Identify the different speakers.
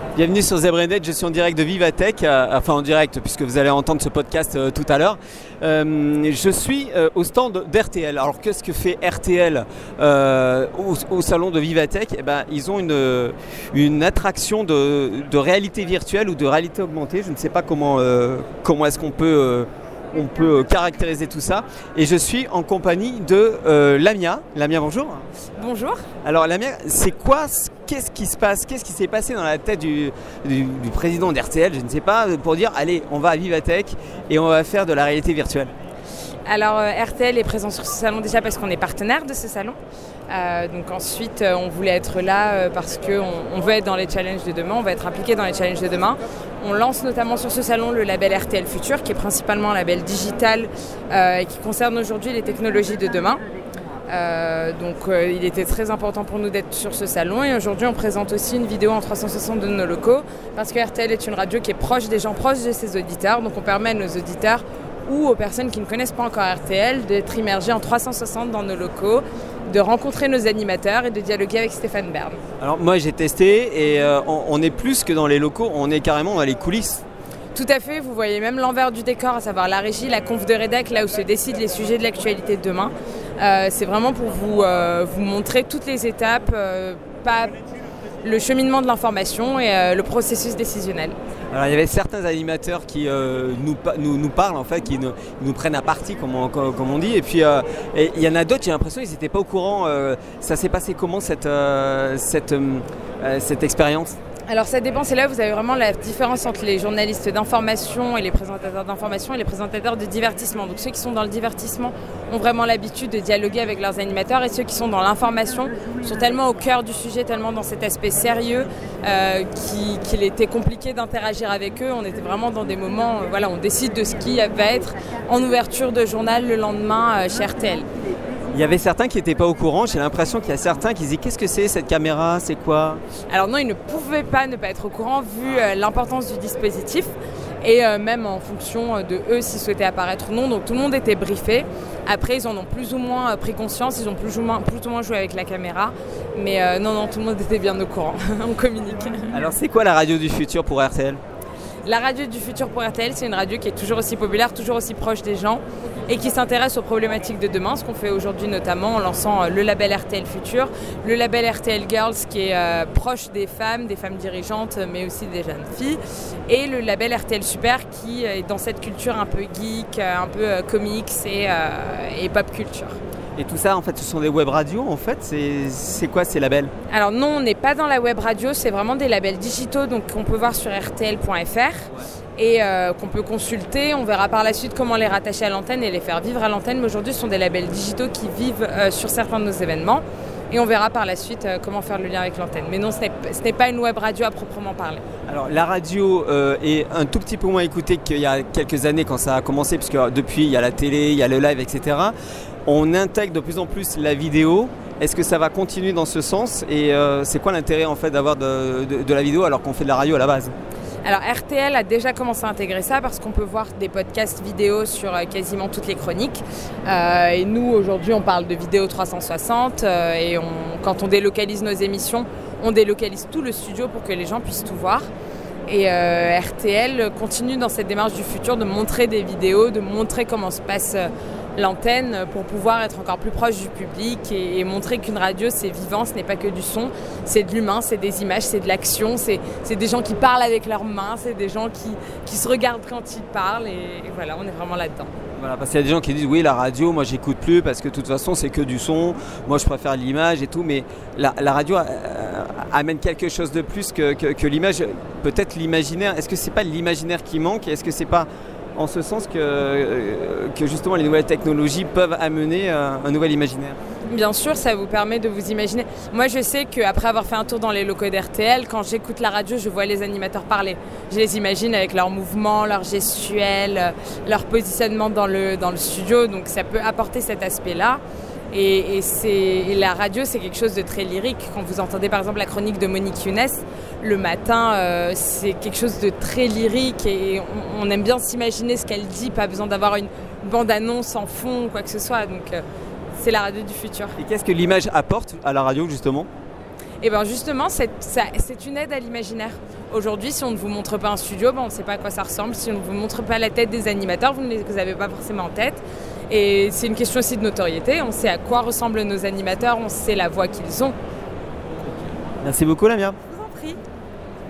Speaker 1: Bienvenue sur ZebraNet, je suis en direct de Vivatech, enfin en direct puisque vous allez entendre ce podcast tout à l'heure. Je suis au stand d'RTL. Alors qu'est-ce que fait RTL au salon de Vivatech? Ils ont une attraction de réalité virtuelle ou de réalité augmentée. Je ne sais pas comment est-ce qu'on peut caractériser tout ça. Et je suis en compagnie de Lamia. Lamia, bonjour.
Speaker 2: Bonjour.
Speaker 1: Alors Lamia, qu'est-ce qui se passe? Qu'est-ce qui s'est passé dans la tête du président d'RTL, je ne sais pas, pour dire allez, on va à Vivatech et on va faire de la réalité virtuelle?
Speaker 2: Alors RTL est présent sur ce salon déjà parce qu'on est partenaire de ce salon. Donc ensuite on voulait être là parce qu'on veut être dans les challenges de demain, on va être impliqué dans les challenges de demain. On lance notamment sur ce salon le label RTL Futur qui est principalement un label digital et qui concerne aujourd'hui les technologies de demain. Il était très important pour nous d'être sur ce salon et aujourd'hui on présente aussi une vidéo en 360 de nos locaux parce que RTL est une radio qui est proche des gens, proche de ses auditeurs, donc on permet à nos auditeurs ou aux personnes qui ne connaissent pas encore RTL d'être immergés en 360 dans nos locaux, de rencontrer nos animateurs et de dialoguer avec Stéphane Bern.
Speaker 1: Alors moi j'ai testé et on est plus que dans les locaux, on est carrément dans les coulisses.
Speaker 2: Tout à fait, vous voyez même l'envers du décor, à savoir la régie, la conf de rédac, là où se décident les sujets de l'actualité de demain. C'est vraiment pour vous montrer toutes les étapes, le cheminement de l'information et le processus décisionnel.
Speaker 1: Alors il y avait certains animateurs qui nous parlent en fait, qui nous prennent à partie comme on dit, et puis et il y en a d'autres, j'ai l'impression qu'ils n'étaient pas au courant. Ça s'est passé comment cette expérience?
Speaker 2: Alors ça dépend, c'est là où vous avez vraiment la différence entre les journalistes d'information et les présentateurs d'information et les présentateurs de divertissement. Donc ceux qui sont dans le divertissement ont vraiment l'habitude de dialoguer avec leurs animateurs et ceux qui sont dans l'information sont tellement au cœur du sujet, tellement dans cet aspect sérieux qu'il était compliqué d'interagir avec eux. On était vraiment dans des moments, on décide de ce qui va être en ouverture de journal le lendemain chez RTL.
Speaker 1: Il y avait certains qui n'étaient pas au courant, j'ai l'impression qu'il y a certains qui disaient qu'est-ce que c'est cette caméra, c'est quoi?
Speaker 2: Alors non, ils ne pouvaient pas ne pas être au courant vu l'importance du dispositif et même en fonction de eux s'ils souhaitaient apparaître ou non, donc tout le monde était briefé. Après ils en ont plus ou moins pris conscience, ils ont plus ou moins joué avec la caméra, mais non, tout le monde était bien au courant, on communique.
Speaker 1: Alors c'est quoi la radio du futur pour RTL?
Speaker 2: La radio du futur pour RTL, c'est une radio qui est toujours aussi populaire, toujours aussi proche des gens et qui s'intéresse aux problématiques de demain, ce qu'on fait aujourd'hui notamment en lançant le label RTL Futur, le label RTL Girls qui est proche des femmes dirigeantes, mais aussi des jeunes filles, et le label RTL Super qui est dans cette culture un peu geek, un peu comics et pop culture.
Speaker 1: Et tout ça, en fait, ce sont des web radios, en fait. C'est quoi ces labels?
Speaker 2: Alors non, on n'est pas dans la web radio, c'est vraiment des labels digitaux, donc qu'on peut voir sur rtl.fr et qu'on peut consulter. On verra par la suite comment les rattacher à l'antenne et les faire vivre à l'antenne. Mais aujourd'hui, ce sont des labels digitaux qui vivent sur certains de nos événements. Et on verra par la suite comment faire le lien avec l'antenne. Mais non, ce n'est pas une web radio à proprement parler.
Speaker 1: Alors la radio est un tout petit peu moins écoutée qu'il y a quelques années quand ça a commencé, puisque depuis il y a la télé, il y a le live, etc. On intègre de plus en plus la vidéo. Est-ce que ça va continuer dans ce sens? Et c'est quoi l'intérêt en fait d'avoir de la vidéo alors qu'on fait de la radio à la base?
Speaker 2: Alors RTL a déjà commencé à intégrer ça parce qu'on peut voir des podcasts vidéo sur quasiment toutes les chroniques. Et nous aujourd'hui on parle de vidéo 360 et quand on délocalise nos émissions, on délocalise tout le studio pour que les gens puissent tout voir. Et RTL continue dans cette démarche du futur de montrer des vidéos, de montrer comment se passe l'antenne pour pouvoir être encore plus proche du public et montrer qu'une radio c'est vivant, ce n'est pas que du son, c'est de l'humain, c'est des images, c'est de l'action, c'est des gens qui parlent avec leurs mains, c'est des gens qui se regardent quand ils parlent et voilà, on est vraiment là-dedans.
Speaker 1: Voilà, parce qu'il y a des gens qui disent oui la radio moi j'écoute plus parce que de toute façon c'est que du son, moi je préfère l'image et tout, mais la radio amène quelque chose de plus que l'image, peut-être l'imaginaire. Est-ce que c'est pas l'imaginaire qui manque? Est-ce que c'est pas en ce sens que justement les nouvelles technologies peuvent amener un nouvel imaginaire?
Speaker 2: Bien sûr, ça vous permet de vous imaginer. Moi, je sais qu'après avoir fait un tour dans les locaux d'RTL, quand j'écoute la radio, je vois les animateurs parler. Je les imagine avec leurs mouvements, leurs gestuels, leur positionnement dans le studio. Donc, ça peut apporter cet aspect-là. Et la radio, c'est quelque chose de très lyrique. Quand vous entendez par exemple la chronique de Monique Younes, le matin, c'est quelque chose de très lyrique et on aime bien s'imaginer ce qu'elle dit, pas besoin d'avoir une bande-annonce en fond ou quoi que ce soit. Donc c'est la radio du futur.
Speaker 1: Et qu'est-ce que l'image apporte à la radio justement ?
Speaker 2: Et bien justement, c'est une aide à l'imaginaire. Aujourd'hui, si on ne vous montre pas un studio, on ne sait pas à quoi ça ressemble. Si on ne vous montre pas la tête des animateurs, vous ne les avez pas forcément en tête. Et c'est une question aussi de notoriété. On sait à quoi ressemblent nos animateurs, on sait la voix qu'ils ont.
Speaker 1: Merci beaucoup, Lamia.
Speaker 2: Je vous en prie.